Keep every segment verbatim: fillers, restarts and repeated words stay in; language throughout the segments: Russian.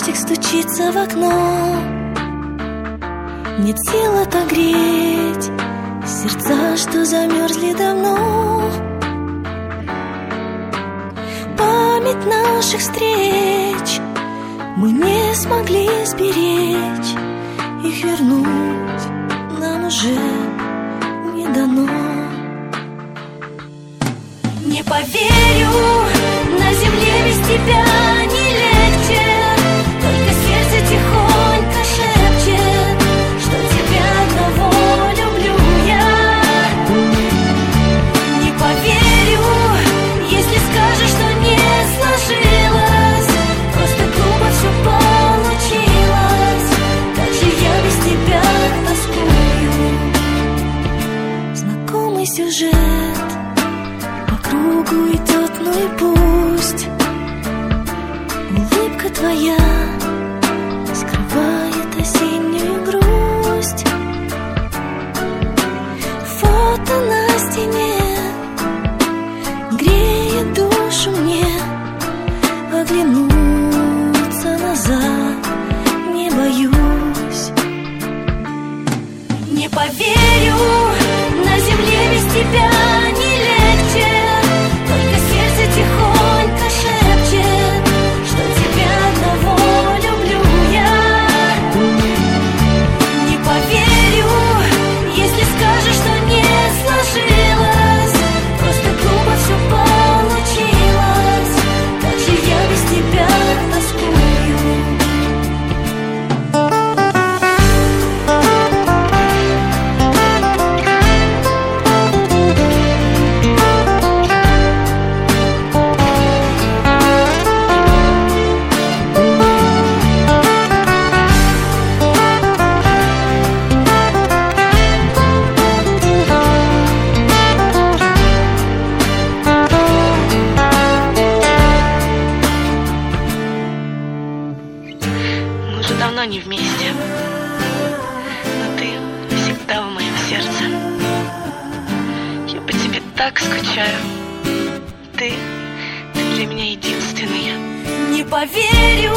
дождик стучится в окно, нет сил отогреть сердца, что замерзли давно. Память наших встреч мы не смогли сберечь, их вернуть нам уже не дано. Не поверю, на земле без тебя не легче, только сердце тихонько шепчет, что тебя одного люблю я. Не поверю, если скажешь, что не сложилось, просто глупо все получилось, как же я без тебя тоскую. Знакомый сюжет по кругу идет, ну и пусть. Улыбка твоя скрывает осеннюю грусть. Фото на стене греет душу мне, оглянуться назад не боюсь. Не поверю, на земле без тебя не легче, только сердце тихонько шепчет, что тебя одного люблю я. Не поверю, если скажешь, что не сложилось, просто глупо все получилось, как же я без тебя тоскую. Мы уже давно не вместе, но ты всегда в моем сердце. Я по тебе так скучаю. Ты, ты для меня единственный. Не поверю,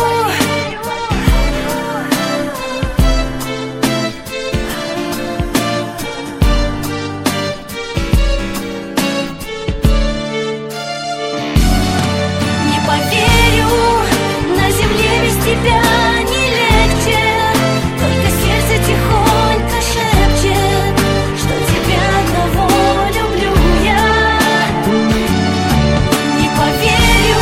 не поверю, на земле без тебя не легче, только сердце тихонько шепчет, что тебя одного люблю я. Не поверю,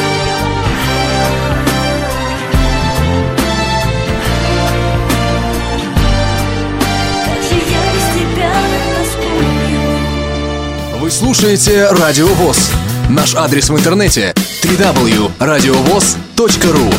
как же я без тебя тоскую. Вы слушаете Радио ВОС. Наш адрес в интернете дабл ю дабл ю дабл ю точка радиовос точка ру.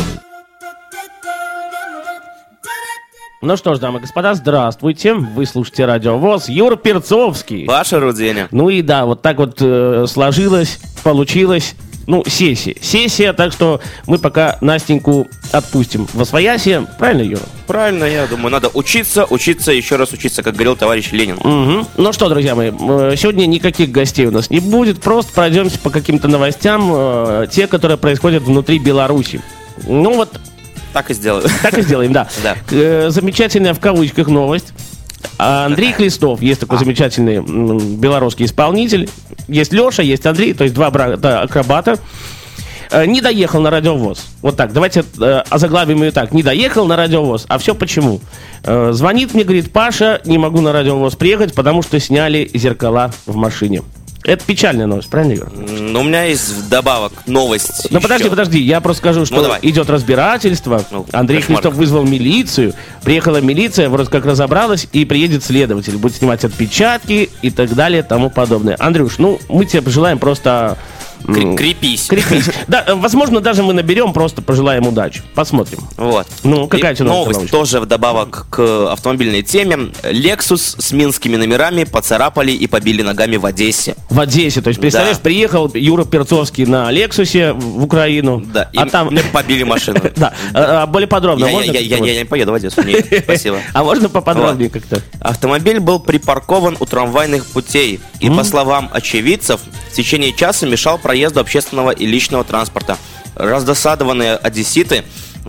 Ну что ж, дамы и господа, здравствуйте. Вы слушаете Радио ВОС. Юр Перцовский. Ваше Руденя. Ну и да, вот так вот э, сложилось, получилось. Ну, сессия. Сессия, так что мы пока Настеньку отпустим восвояси. Правильно, Юра? Правильно, я думаю, надо учиться, учиться, еще раз учиться, как говорил товарищ Ленин. Угу. Ну что, друзья мои, э, сегодня никаких гостей у нас не будет. Просто пройдемся по каким-то новостям, э, те, которые происходят внутри Беларуси. Ну вот... Так и сделаю. Так и сделаем, да. Да. Э, замечательная в кавычках новость. Андрей Хлестов, есть такой а. замечательный м, белорусский исполнитель. Есть Леша, есть Андрей, то есть два брата акробата. Э, не доехал на радиовоз. Вот так, давайте э, озаглавим ее так. Не доехал на радиовоз. А все почему? Э, звонит мне, говорит: Паша, не могу на радиовоз приехать, потому что сняли зеркала в машине. Это печальная новость, правильно, Юр? Ну, у меня есть вдобавок новость. Ну, подожди, подожди, я просто скажу, что ну, идет разбирательство. Ну, Андрей кошмар. Хлестов вызвал милицию. Приехала милиция, вроде как разобралась, и приедет следователь. Будет снимать отпечатки и так далее, тому подобное. Андрюш, ну, мы тебе пожелаем просто... Кр- крепись. Крепись. Да, возможно, даже мы наберем, просто пожелаем удачи. Посмотрим. Вот. Ну, какая у тебя новость? новость? Тоже вдобавок к автомобильной теме. Lexus с минскими номерами поцарапали и побили ногами в Одессе. В Одессе, то есть, представляешь, Да. приехал Юра Перцовский на Лексусе в Украину. Да, а и там... мне побили машину. Да, а более подробно Я, можно? я, я, я, я не поеду в Одессу. Нет, спасибо. А можно поподробнее как-то? Автомобиль был припаркован у трамвайных путей и, по словам очевидцев, в течение часа мешал проезду общественного и личного транспорта. Раздосадованные одесситы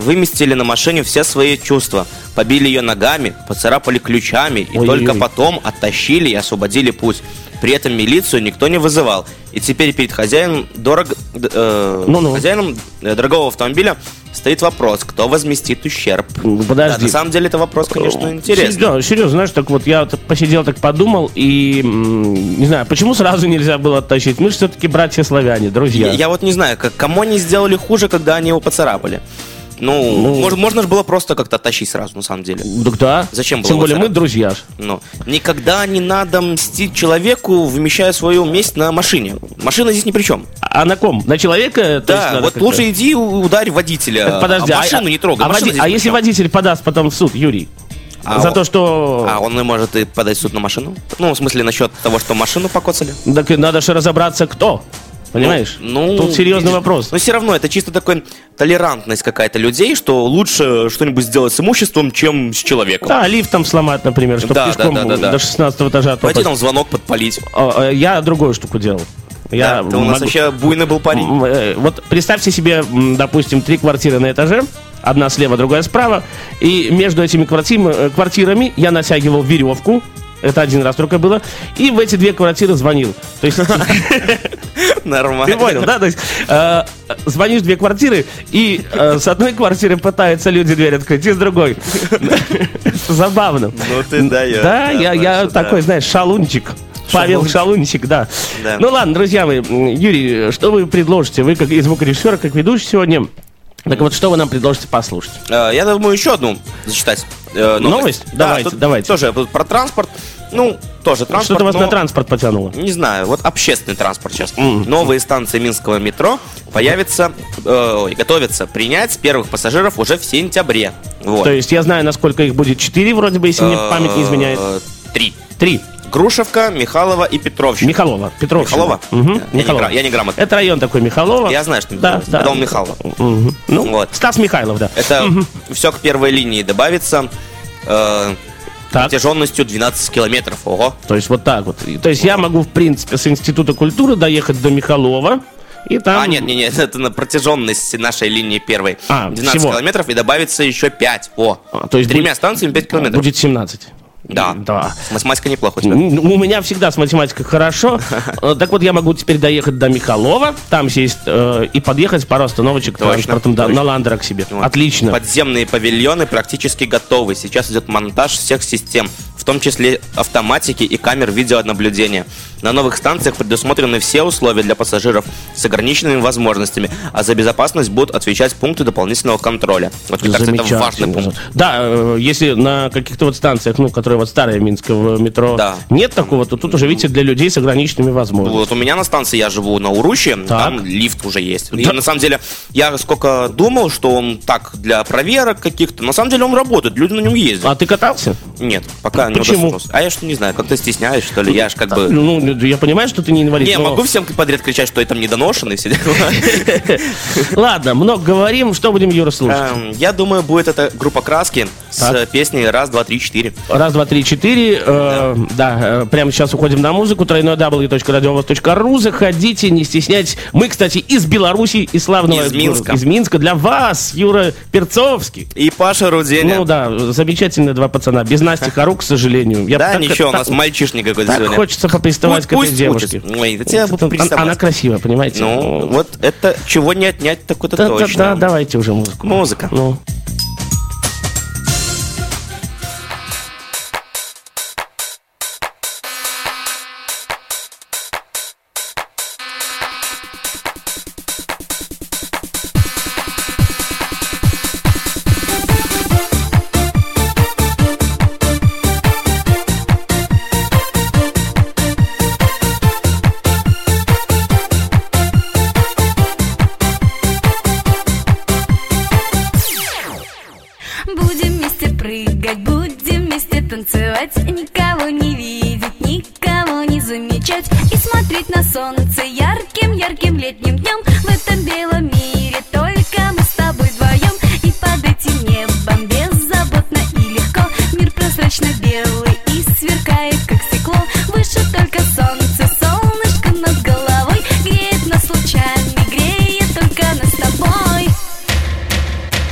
выместили на машине все свои чувства. Побили ее ногами, поцарапали ключами и Ой-ой-ой. только потом оттащили и освободили путь. При этом милицию никто не вызывал. И теперь перед хозяином, дорог... э, Ну-ну. хозяином э, дорогого автомобиля стоит вопрос, кто возместит ущерб. Подожди. Да, на самом деле это вопрос, конечно, интересный. Да, серьезно, знаешь, так вот я так посидел, так подумал, и м, не знаю, почему сразу нельзя было оттащить? Мы же все-таки братья-славяне, друзья. Я, я вот не знаю, как, кому они сделали хуже, когда они его поцарапали. Ну, Ну. может, можно же было просто как-то оттащить сразу, на самом деле. Так да. Зачем было Тем его более мы царапать? друзья ж. Ну, никогда не надо мстить человеку, вымещая свою месть на машине. Машина здесь ни при чем. А на ком? На человека? То есть Да, надо вот как-то- лучше иди ударь водителя. Так, подожди, а машину а, не трогай. А, машина води- здесь а ни при если чем. водитель подаст потом в суд, Юрий? А За он- то, что... А он и может и подать в суд на машину? Ну, в смысле, насчет того, что машину покоцали? Так и надо же разобраться, кто. Понимаешь? Ну, Тут серьезный видишь, вопрос. Но все равно это чисто такой толерантность какая-то людей, что лучше что-нибудь сделать с имуществом, чем с человеком. Да, лифтом сломать, например, чтобы Да, пешком да, да, да, да. до шестнадцатого этажа Пойти топать. там звонок подпалить. А, а, Я другую штуку делал. Я Да, ты у нас могу- вообще буйный был парень. М, э, Вот представьте себе, м, допустим, три квартиры на этаже, одна слева, другая справа, и между этими квартирами, э, квартирами я натягивал веревку, это один раз только было, и в эти две квартиры звонил. То есть, Нормально. ты понял, да? То есть, э, звонишь в две квартиры, и э, с одной квартиры пытаются люди дверь открыть, и с другой. Это забавно. Ну ты даешь. Да, я, я Маша, да. такой, знаешь, шалунчик. Павел Шалунчик, да. Да. Ну ладно, друзья мои, м, Юрий, что вы предложите? Вы как и звукорежиссер, как ведущий сегодня. Так вот, что вы нам предложите послушать? Э, Я думаю, еще одну зачитать э, Новость? Да, Давайте, тут давайте. Тоже тут про транспорт. Ну, тоже транспорт. Что-то вас но- на транспорт потянуло. Не знаю, вот общественный транспорт сейчас. Мгм. Новые станции Минского метро появятся, э, ой, готовятся принять с первых пассажиров уже в сентябре. Вот. То есть я знаю, насколько их будет четыре, вроде бы, если мне память не изменяет. Э, Три. Три. Грушевка, Михалова и Петровщина. Михалова, Петровщина. Михалова? Мгм, Я не Михалова. гра- я не грамотный. Это район такой Михалова. Я знаю, что Да, Михалова. да. Дом Михалова. Мгм. Ну, Вот. Стас Михайлов, да. Это все к первой линии добавится э, Так. протяженностью двенадцать километров. Ого. То есть вот так вот. И- То есть я могу, в принципе, с Института культуры доехать до Михалова, и там... А, нет, нет, нет, это на протяженность нашей линии первой. А, двенадцать всего. километров и добавится еще пять. О, А, то есть тремя будет- станциями пять километров. Будет семнадцать. Да. Да. Математика неплохо у тебя. Ну, у меня всегда с математикой хорошо. Э, Так вот, я могу теперь доехать до Михалова, там сесть э, и подъехать пару остановочек Точно, транспортом да, точно. на Ландера к себе. Вот. Отлично. Подземные павильоны практически готовы. Сейчас идет монтаж всех систем, в том числе автоматики и камер видеонаблюдения. На новых станциях предусмотрены все условия для пассажиров с ограниченными возможностями, а за безопасность будут отвечать пункты дополнительного контроля. Вот, мне кажется, это важный Замечательно. пункт. Да, э, если на каких-то вот станциях, ну, которые вот старые Минского метро, Да. нет такого, то тут уже, видите, для людей с ограниченными возможностями. Вот у меня на станции, я живу на Уруще, там лифт уже есть. И Да. на самом деле, я сколько думал, что он так для проверок каких-то, на самом деле он работает, люди на нем ездят. А ты катался? Нет, пока не Почему? удосужился. А я что не знаю, как-то стесняюсь, что ли, я ж как бы... Ну, я понимаю, что ты не инвалид. Не, но- могу всем подряд кричать, что я там недоношенный, все дела. Ладно, много говорим, что будем, Юра, слушать? Эм, Я думаю, будет это группа Краски с Так. э, песней «Раз, два, три, четыре». Раз, два, три, четыре. э, Да, э, прямо сейчас уходим на музыку. тройной дабл ю точка радиовоз точка ру. Заходите, не стесняйтесь. Мы, кстати, из Беларуси, из славного... Из Минска. Из Минска. Для вас, Юра Перцовский. И Паша Руденя. Ну да, замечательные два пацана. Без Насти Харук, к сожалению. Я Да, так- ничего, у так- нас мальчишник какой-то Так сегодня. хочется поприставать к этой Пусть девушке. учится. Ой, да тебя будут Она, приставать. она красивая, понимаете? Ну, вот это чего не отнять, так это да, да, точно. да, давайте уже музыку. Музыка. Ну. Будем вместе прыгать, будем вместе танцевать, никого не видеть, никого не замечать и смотреть на солнце ярким-ярким летним днем. В этом белом мире только мы с тобой вдвоем, и под этим небом беззаботно и легко мир прозрачно белый и сверкает, как стекло. Выше только солнце, солнышко над головой греет нас лучами, греет только нас с тобой. Раз,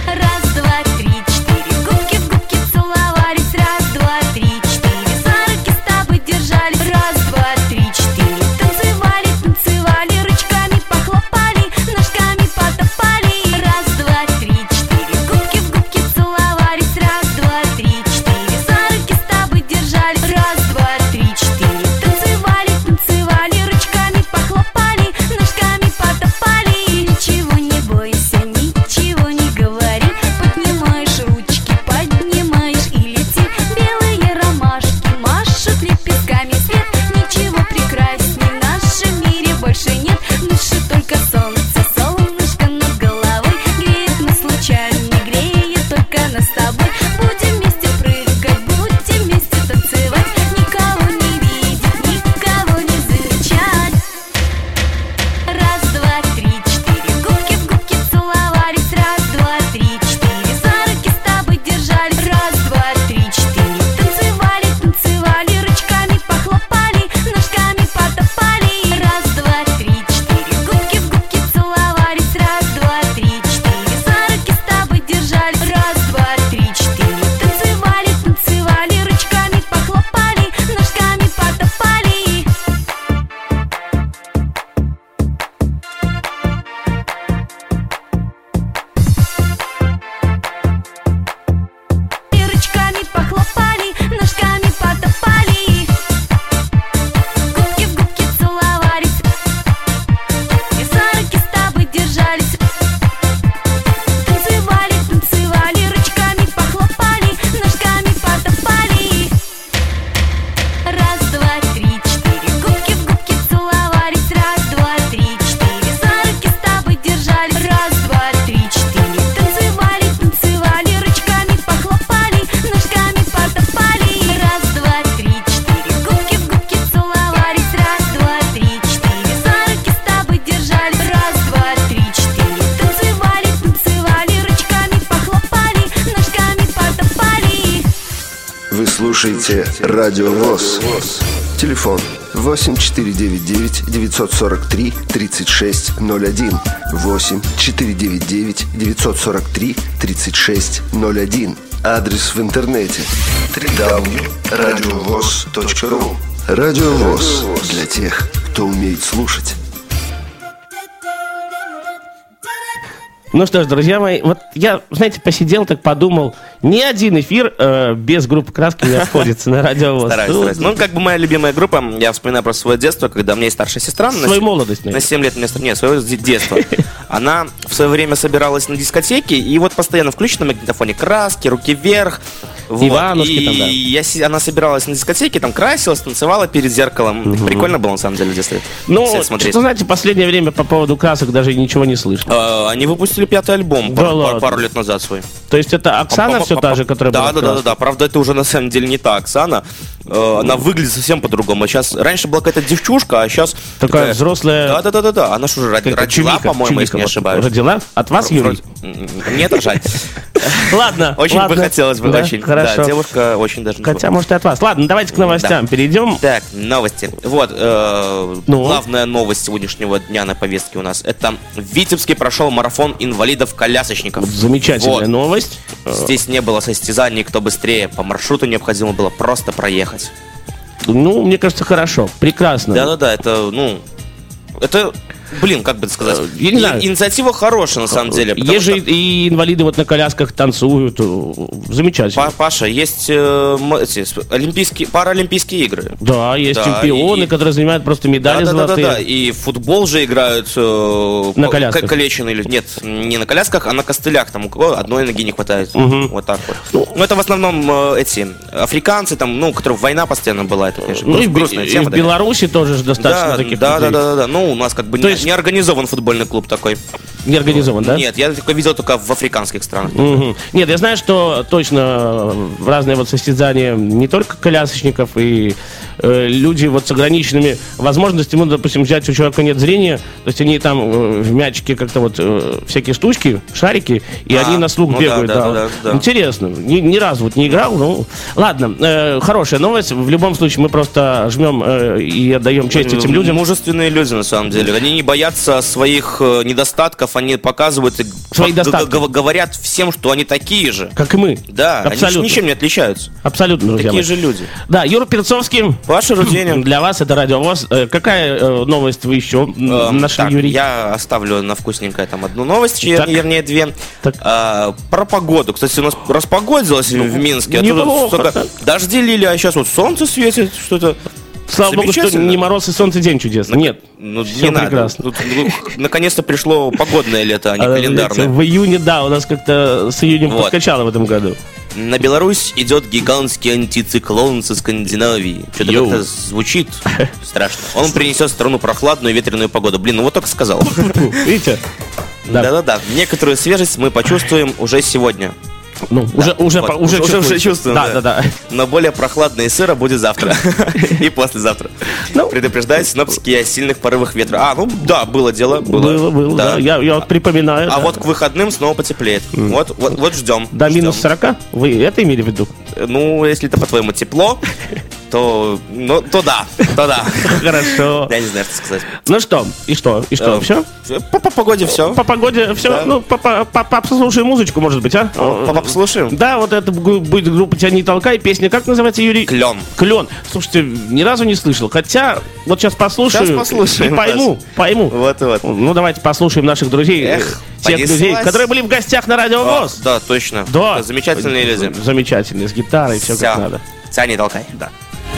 Раз, два, три, четыре. Губки в губки целовались. Раз, два, три, четыре. За руки с тобой держались. Раз, два, три, четыре. Танцевали, танцевали, ручками похлопали, ножками потопали. Раз, два, три, четыре. Губки в губки целовались. Раз, два, три, четыре. За руки с тобой держались. Раз, два, три, четыре. Танцевали, танцевали, ручками похлопали, ножками потопали. Ничего не бойся, ничего не говори. Поднимаешь ручки, поднимаешь и лети. Белые ромашки машут лепестками свет. Ничего прекрасней в нашем мире больше нет. В душе только солнце, солнышко над головой. Греет нас лучами, греет только нас с тобой. Будем вместе прыгать, будем вместе танцевать. Никого не видеть, никого не замечать. Раз, два, три, четыре. Губки в губки целовались. Раз, два, три, четыре. За руки с тобой держались. Раз, два, три, четыре. Танцевали, танцевали, ручками похлопали, ножками потопали. Раз, два, три, четыре. Губки в губки целовались. Раз, два, три, четыре. За руки с тобой держались. Раз, два, три, четыре. Танцевали, танцевали, ручками похлопали, ножками потопали. И ручками похлопали, ножками потопали. Губки в губки целовались. И за руки с тобой держались. Танцевали, танцевали, ручками похлопали, ножками потопали. Раз, два, три, четыре. Губки в губки целовались. Раз, два, три, четыре. За руки с тобой держались. Раз, два, три, четыре. Танцевали, танцевали, ручками похлопали, ножками потопали. Раз, два, три, четыре. Губки в губки целовались. Раз, два, три, четыре. За руки с тобой держались. Раз, два, три, четыре. Танцевали, танцевали, ручками похлопали, ножками потопали. Вы слушаете Радио ВОС. Телефон восемь четыре девять девять девятьсот сорок три тридцать шесть ноль один. восемь четыре девять девять девятьсот сорок три тридцать шесть ноль один. Адрес в интернете дабл ю дабл ю дабл ю точка радиовос точка ру. Радио ВОС для тех, кто умеет слушать. Ну что ж, друзья мои, вот я, знаете, посидел, так подумал, ни один эфир э, без группы «Краски» не обходится на Радио ВОС. Стараюсь, стараюсь. Ну, как бы моя любимая группа, я вспоминаю про свое детство, когда у меня есть старшая сестра. Свою молодость, На семь лет, нет, свое детство. Она в свое время собиралась на дискотеке, и вот постоянно включена на магнитофоне «Краски», «Руки вверх». Вот. Иванушки и там, да. я, си- она собиралась на дискотеке, там красилась, танцевала перед зеркалом. Угу. Прикольно было, на самом деле, в детстве. Ну, смотреть. что, знаете, в последнее время по поводу красок даже ничего не слышно. А, они выпустили пятый альбом Да пару, ладно. пару, пару лет назад свой. То есть это Оксана все та же, которая да, была да, в да, да, «Красках»? да. Правда, это уже на самом деле не та Оксана. Э, Она выглядит совсем по-другому. Сейчас раньше была какая-то девчушка, а сейчас Такая взрослая- Да, да, да, да, да. Она же уже роди- Какая-то родила, чувика, по-моему, чувика если не вот ошибаюсь. Родила? От вас, Юрий? Вроде- Нет, а жаль. Ладно, Очень ладно. бы хотелось бы, Да, очень. хорошо. Да, девушка очень даже. Хотя, может, и от вас. Ладно, давайте к новостям перейдем. Так, новости. Вот, э, Ну? главная новость сегодняшнего дня на повестке у нас. Это в Витебске прошел марафон инвалидов-колясочников. Замечательная Вот. новость. Здесь не было состязаний, кто быстрее. По маршруту необходимо было просто проехать. Ну, мне кажется, хорошо. Прекрасно. Да-да-да, это, ну, это, блин, как бы это сказать, Я не и- знаю. инициатива хорошая, на самом деле. потому Есть же что- и инвалиды вот на колясках танцуют. Замечательно. Па- Паша, есть э, м- эти, с- олимпийские, паралимпийские игры. Да, есть Да, чемпионы, и- которые занимают просто медали Да, да, да, золотые. да, да. И в футбол же играют э, На ко- колясках. к- калеченные люди. Нет, не на колясках, а на костылях. Там у кого одной ноги не хватает. Мгм. Вот так вот. Ну, это в основном э, эти африканцы, там, ну, у которых война постоянно была. Это, конечно, Ну и, груст- в- грустная и тема. в да. Беларуси тоже же достаточно Да, таких да, да, людей. да, да, да. Ну, у нас как бы То не, есть- не организован футбольный клуб такой. Не организован, да? Нет, я такой видел только в африканских странах. Мгм. Нет, я знаю, что точно э, разные вот состязания не только колясочников и э, люди вот с ограниченными возможностями, ну, допустим, взять у человека нет зрения, то есть они там э, в мячике как-то вот э, всякие штучки, шарики, и А, они на слух ну да, бегают. да, да, да, вот. да, да. Интересно. Ни, ни разу вот не играл, ну ладно. Э, хорошая новость. В любом случае мы просто жмем э, и отдаем честь этим людям. Мужественные люди, на самом деле. Они не боятся своих э, недостатков музыкантов, они показывают и свои г- достатки. г- говорят всем, что они такие же. Как и мы. Да, абсолютно. они ничем не отличаются. Абсолютно, друзья Такие мои. же люди. Да, Юра Перцовский. Ваше рождение. Для вас это Радио ВОС. Э, Какая э, новость вы еще Эм, нашли, так, Юрий? я оставлю на вкусненькое там одну новость, Так. вер- вернее две. Так. А, про погоду. Кстати, у нас распогодилось в Минске. Оттуда неплохо, столько так. дожди лили, а сейчас вот солнце светит, что-то. Слава богу, что замечательно. не мороз и солнце день чудесный. Нет, Ну, все не надо. прекрасно. Тут, ну, наконец-то пришло погодное лето, а не А, календарное. В июне, да, у нас как-то с июнем Вот. подкачало в этом году. На Беларусь идет гигантский антициклон со Скандинавии. Что-то Йоу. как-то звучит страшно. Он принесет в страну прохладную и ветреную погоду. Блин, ну вот только сказал. Видите? Да. Да-да-да. Некоторую свежесть мы почувствуем уже сегодня. Ну, уже, уже, Вот, по- уже, уже- уже чувствуете. чувствуем, Да, да. да, да. Но более прохладно и сыро будет завтра. И послезавтра. Ну. Предупреждают синоптики о сильных порывах ветра. А, ну да, было дело. Было, Было, было, да. Я, я вот припоминаю. А да. вот к выходным снова потеплеет. Вот, вот, вот ждем. До ждем. минус сорока? Вы это имели в виду? Ну, если это по-твоему тепло, то, ну, то да, то да. Хорошо. Я не знаю, что сказать. Ну что, и что, и что, Э, все? По, по погоде все. По погоде все? Да. Ну, по- по- по- послушаем музычку, может быть, а? Послушаем. Да, вот это бу- будет группа «Тебя не толкай». Песня как называется, Юрий? Клен. Клен. Слушайте, ни разу не слышал. Хотя, вот сейчас послушаю. Сейчас послушаем, И пойму, пойму. Вот и вот. Ну, давайте послушаем наших друзей. Эх, э, тех понеслась. людей, которые были в гостях на Радио О, ВОС. да, точно. Да. Это замечательные люди. Замечательные, с гитарой, все как надо. Тебя не толкай. Да.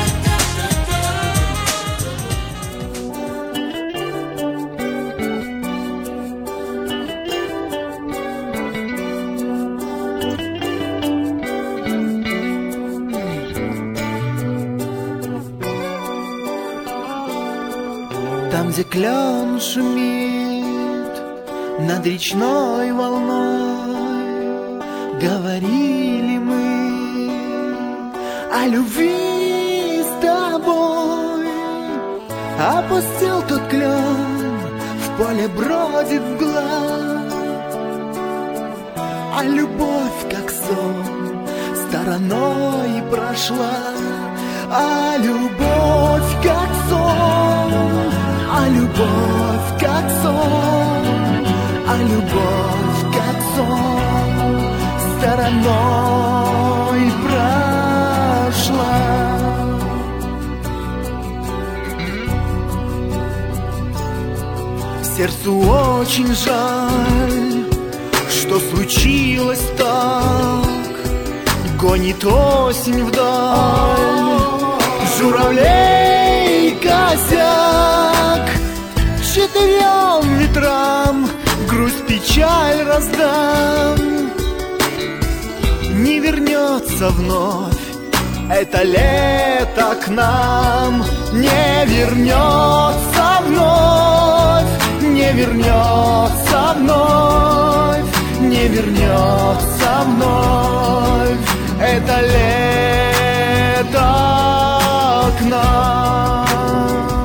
Там, где клен шумит над речной волной, говорили мы о любви с тобой. Опустил тот клен, в поле бродит мгла, а любовь, как сон, стороной прошла. А любовь, как сон, а любовь, как сон, а любовь, как сон, стороной прошла. Сердцу очень жаль, что случилось так. Гонит осень вдаль, журавлей косяк. Четырем ветрам грусть, печаль раздам. Не вернется вновь это лето к нам. Не вернется вновь, не вернется вновь, не вернется вновь это лето к нам.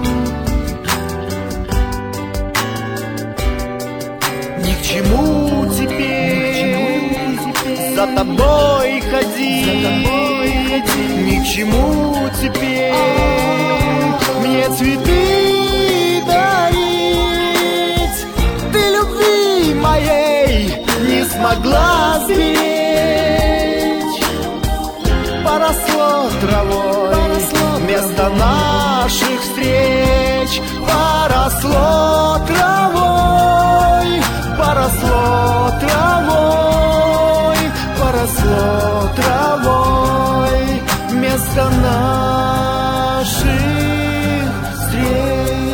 Ни к чему теперь за тобой ходить, ни к чему теперь мне цветы дарить. Ты любви моей не смогла сберечь. Поросло травой вместо наших встреч. Поросло травой, поросло травой, поросло травой вместо наших встреч.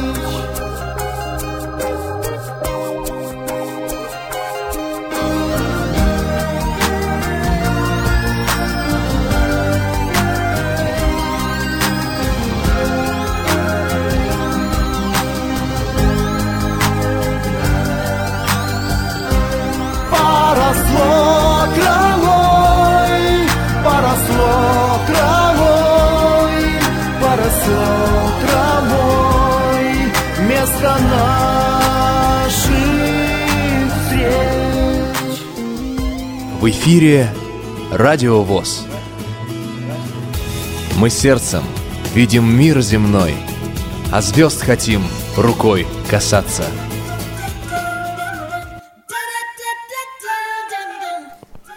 Поросло травой, поросло травой, поросло травой вместо наших встреч. В эфире Радио ВОС. Мы сердцем видим мир земной, а звезд хотим рукой касаться.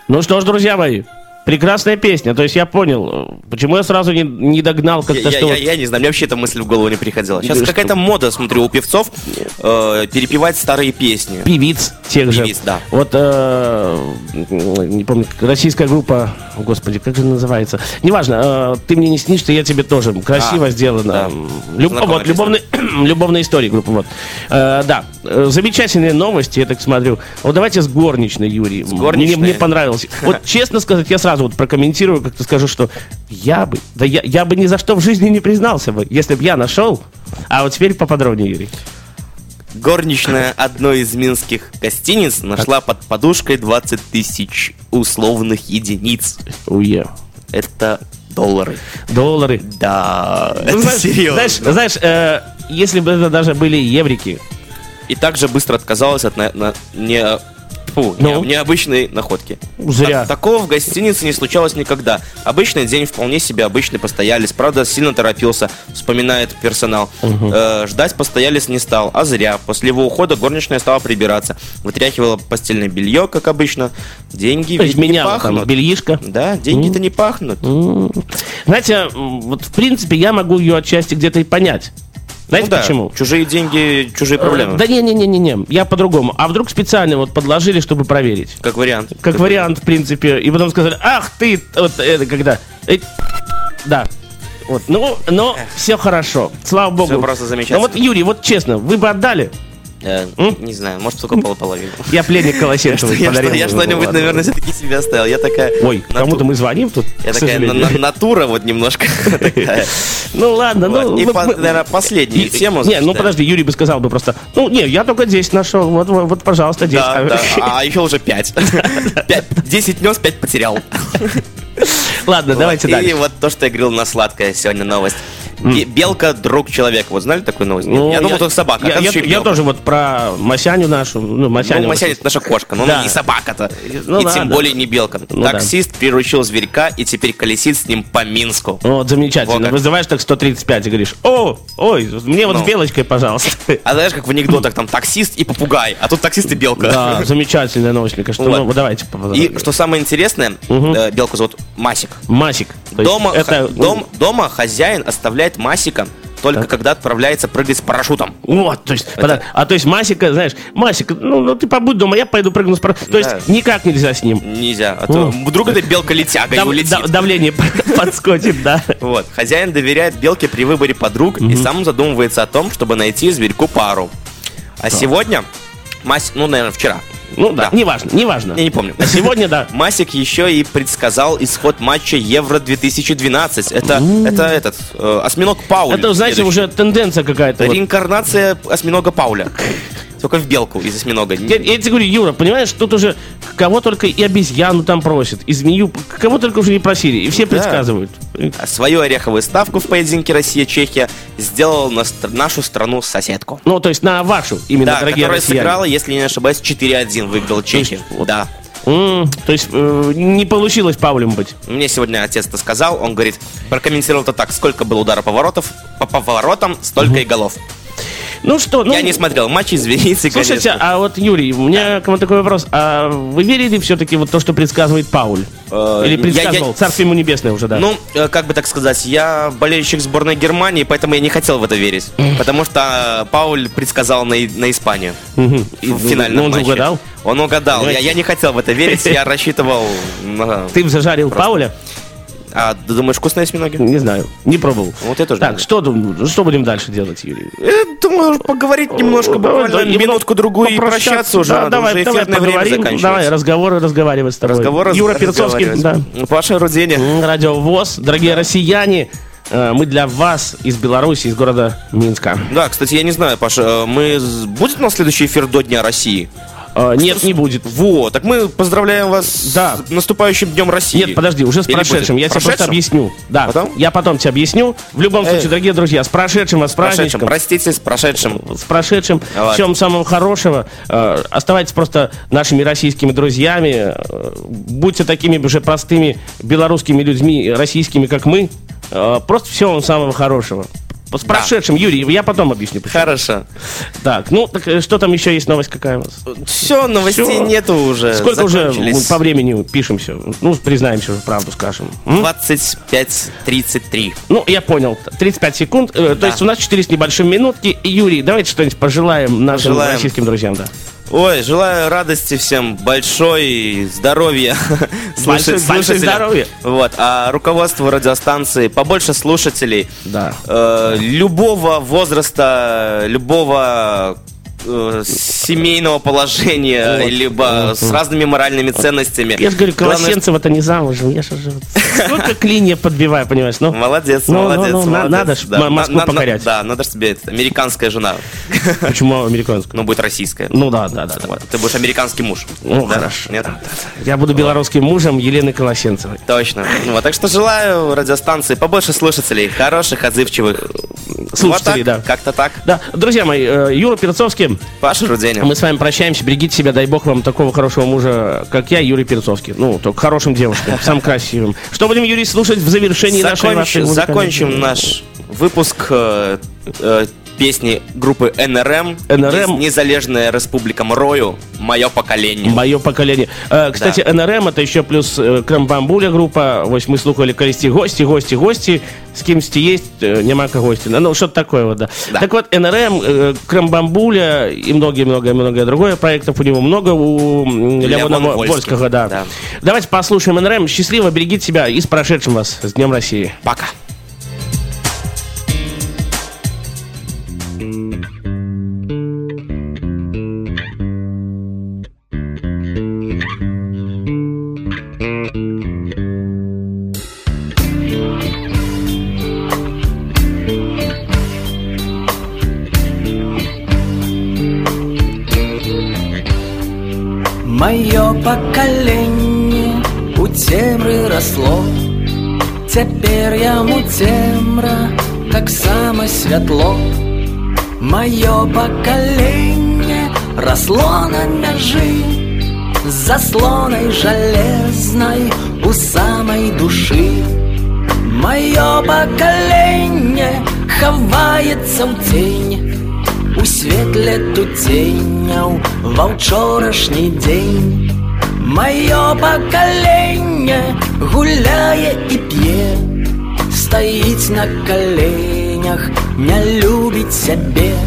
Ну что ж, друзья мои, прекрасная песня. То есть я понял, почему я сразу не, не догнал как-то, Я, что... я, я, я не знаю, мне вообще эта мысль в голову не приходила. Сейчас Что? какая-то мода, смотрю, у певцов э, перепевать старые песни. Певиц тех же. Певиц, да. Вот, э, не помню, российская группа, господи, как же она называется? Неважно, э, ты мне не снишься, я тебе тоже. Красиво А, сделано. да. Люб- Знакомая вот, любовная, любовная история группы. Вот. Э, да, Э, замечательные новости, я так смотрю. Вот давайте с горничной, Юрий. С горничной? Мне, мне понравилось. Вот честно сказать, я сразу вот прокомментирую, как-то скажу, что я бы, да я, я бы ни за что в жизни не признался бы, если бы я нашел. А вот теперь поподробнее, Юрий. Горничная одной из минских гостиниц нашла под подушкой двадцать тысяч условных единиц. Уе. Это доллары. Доллары. Да, Ну, это знаешь, серьезно. Знаешь, знаешь, э, если бы это даже были еврики. И также быстро отказалась от на, на- не, фу, Ну? не- необычной находки. Зря. Так- такого в гостинице не случалось никогда. Обычный день вполне себе обычный постоялец. Правда, сильно торопился, вспоминает персонал. Э, ждать постоялец не стал, а зря. После его ухода горничная стала прибираться. Вытряхивала постельное белье, как обычно. Деньги То есть ведь не менял там пахнут. бельишко. Да, деньги-то не пахнут. М. Знаете, м, вот в принципе я могу ее отчасти где-то и понять. Знаете Ну да, почему? чужие деньги, чужие проблемы. Да не-не-не-не, я по-другому. А вдруг специально вот подложили, чтобы проверить? Как вариант. Как вариант, в принципе. И потом сказали, ах ты, вот это когда... Э, да. Вот, ну, но все хорошо. Слава богу. Всё просто замечательно. Ну вот, Юрий, вот честно, вы бы отдали? Э, М? не знаю, может, только половину. Я пленник Колосенцевой Я, подарил. что- я ему, что-нибудь, ладно. наверное, все-таки себе оставил. Я такая... Ой, нату- кому-то мы звоним тут, Я к такая на- сожалению. на- натура вот немножко такая. Ну ладно, ну... Вот. И, мы- по- мы- наверное, последнюю И- тему. Не, ну да. подожди, Юрий бы сказал бы просто, ну, не, я только десять нашел, вот, вот, вот, пожалуйста, десять. Да, да, а еще уже пять. десять нес, пять потерял. Ладно, давайте И дальше. вот то, что я говорил на сладкое сегодня новость. Бе- Белка друг человека. Вот знали такую новость? Ну, я думал, только собака. Я, а я- оказывается, еще и я белка. тоже вот про Масяню нашу, ну, Масяню. Ну, вот- Масянин — это наша кошка, но Да. она не собака-то. Ну и да, тем да. более не белка. Ну да. Таксист приручил зверька и теперь колесит с ним по Минску. Вот, замечательно. Вот как. Вызываешь так сто тридцать пять и говоришь, о, ой, мне вот Ну. с белочкой, пожалуйста. А знаешь, как в анекдотах, там таксист и попугай, а тут таксист и белка. Да, замечательная новость, мне кажется. Вот. Ну, давайте. И что самое интересное, э, белку зовут Масик. Масик. То есть Дома, это, ха- дом, дома хозяин оставляет Масика только Так. когда отправляется прыгать с парашютом. Вот, то есть, пода- а то есть Масика, знаешь, Масика, ну, ну ты побудь дома, я пойду прыгну с пар- То есть Да. никак нельзя с ним. Нельзя, а то вдруг это белка-летяга и Дав- улетит. да- давление подскочит, да. Вот. Хозяин доверяет белке при выборе подруг и сам задумывается о том, чтобы найти зверьку пару. А сегодня, Мась, ну, наверное, вчера. Ну да, неважно, неважно. Я не помню. А сегодня, да. Масик еще и предсказал исход матча Евро две тысячи двенадцать. Это, это этот, э, осьминог Пауль. Это, знаете, следующий. уже тенденция какая-то. вот. Реинкарнация осьминога Пауля. Только в белку из осьминога. Я, я тебе говорю, Юра, понимаешь, тут уже кого только и обезьяну там просят, и змею, кого только уже не просили, и все Да. предсказывают. А свою ореховую ставку в поединке Россия-Чехия сделала на стр- нашу страну-соседку. Ну, то есть на вашу, именно, Да, дорогие которая россияне. сыграла, если не ошибаюсь, четыре один выиграл Чехия. вот. Да. М, то есть э, не получилось Паулем быть. Мне сегодня отец это сказал, он говорит, прокомментировал это так: сколько было удара поворотов, по поворотам столько и голов. Ну что, ну... Я не смотрел матчи, извините, Слушайте, конечно. а вот, Юрий, у меня к вам такой вопрос. А вы верили все-таки вот то, что предсказывает Пауль? Э, Или я- предсказывал? я- Царство ему небесное уже, да. Ну, э, как бы так сказать, я болельщик сборной Германии, поэтому я не хотел в это верить. Потому что э, Пауль предсказал на, И- на Испанию Мгм. И- в финальном ну, он же матче. угадал. Он угадал. Я, Понимаете? я не хотел в это верить, я рассчитывал на... Ты зажарил Пауля? А ты думаешь, вкусные осьминоги? Не знаю, не пробовал. Вот я тоже Так, не что, дум- что будем дальше делать, Юрий? Э, Думаю, поговорить немножко, Давай, буквально да, минутку-другую и попрощаться. прощаться уже. Да, надо, давай, уже давай эфирное время поговорим. заканчивается. Давай, разговоры разговаривать с тобой. Разговор раз- Юра Перцовский, да. разговаривать. Паша Руденя. М, Радио ВОС. Дорогие россияне, э, мы для вас из Беларуси, из города Минска. Да, кстати, я не знаю, Паша, э, мы... с- будет у нас следующий эфир до Дня России? Э, Нет, не будет. Вот, так мы поздравляем вас с наступающим Днем России. Нет, подожди, уже с Или прошедшим. будет? Я тебе просто Прошедшим? объясню. Да, Потом? я потом тебе объясню. В любом Эх. случае, дорогие друзья, с прошедшим вас, с Прошедшим. праздничком. Простите, с прошедшим. С прошедшим. Давай. Всем самого хорошего. Э, Оставайтесь просто нашими российскими друзьями. Э, Будьте такими же простыми белорусскими людьми, российскими, как мы. Э, Просто всего вам самого хорошего. С прошедшим, Юрий, я потом объясню. Почему. Хорошо. Так, ну, так что там еще есть новость какая у вас? Все, новостей Всё. нету уже. Сколько уже мы по времени пишемся? Ну, признаемся, уже правду скажем. М? двадцать пять тридцать три. Ну, я понял. тридцать пять секунд. Э, Да. То есть у нас четыре с небольшим минутки. Юрий, давайте что-нибудь пожелаем нашим Пожелаем. российским друзьям, да. Ой, желаю радости всем, большой здоровья. Большое- слушателям. большое здоровья. Вот, а руководству радиостанции побольше слушателей. Да. Э, любого возраста, любого э, семейного положения, Вот. либо с разными моральными ценностями. Я же говорю, Главное, Колосенцева-то не замужем. Я же сколько клинья подбиваю, понимаешь? Ну, Молодец, Ну, ну, молодец, ну, на- молодец. надо ж Да, М- Москву на- на- покорять. Да, надо же тебе это, американская жена. почему американскую? Ну, будет российская. Ну да, да, да. да. Вот, ты будешь американский муж. Ну, Да? хорошо. Нет? Я буду белорусским мужем Елены Колосенцевой. Точно. Ну, вот, так что желаю радиостанции побольше слушателей, хороших, отзывчивых. Слушателей, Вот так, да. Как-то так. Да, друзья мои, э, Юра Перцовский, Паша Руденя. мы с вами прощаемся. Берегите себя, дай бог вам такого хорошего мужа, как я, Юрий Перцовский. Ну, только хорошим девушкам, самым красивым. Что будем, Юрий, слушать в завершении нашей Закончим, вашей музыкальной- закончим наш выпуск э, э, песни группы эн эр эм. эн эр эм. Незалежная республика Мрою. Мое поколение. Мое поколение. Э, кстати, Да. эн эр эм это еще плюс э, Крамбамбуля группа. Ось мы слухали колись гости, гости, гости. С кимсти есть, э, нема гости. Ну, что-то такое вот, да. Да. Так вот, эн эр эм, э, Крамбамбуля и многие-многие-многие другое проектов у него много, у м, Леона Леон Вольский. Вольского, да. Да. Давайте послушаем эн эр эм. Счастливо, берегите себя и с прошедшим вас. С Днем России. Пока. Мое поколение у темры росло, теперь яму темра, как само святло. Мое поколение росло на межи, заслоной железной у самой души. Мое поколение ховается в тень, у светле тутеняў ва ўчорашні дзень. Маё пакаленне гуляе і п'е, стаіць на каленях, не любіць сябе.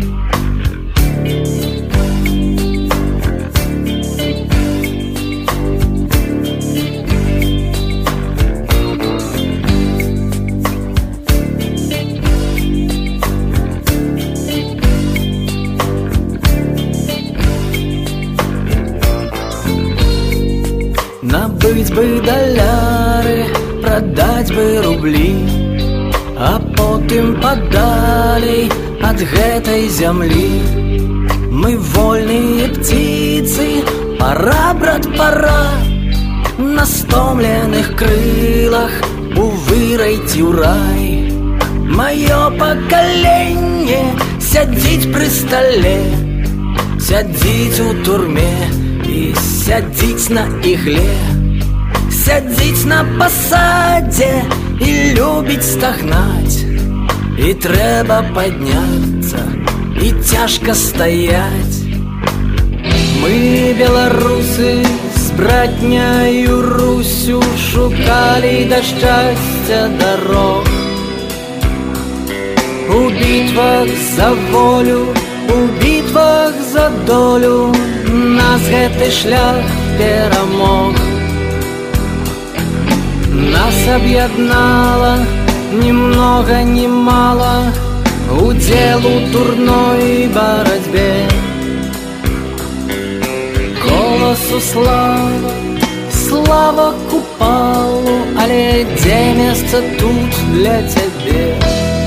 Набыть бы даляры, продать бы рублі, а потым падалей ад гэтай зямлі. Мы вольныя птицы, пора, брат, пора, на стомленых крылах увырайці ў рай. Маё пакаленне сядзіць пры стале, сядзіць у турме і сядзіць на ігле, сядзіць на пасадзе і любіць стагнаць. І трэба падняцца, і цяжка стаяць. Мы, беларусы, з братняю Русю шукалі да шчасця дарог. У бітвах за волю, у бітвах за долю нас гэты шлях перамог. Нас аб'яднала ни много ни мало удел у турной барацьбе. Голасу слава, слава купалу, але дзе месца тут для цябе?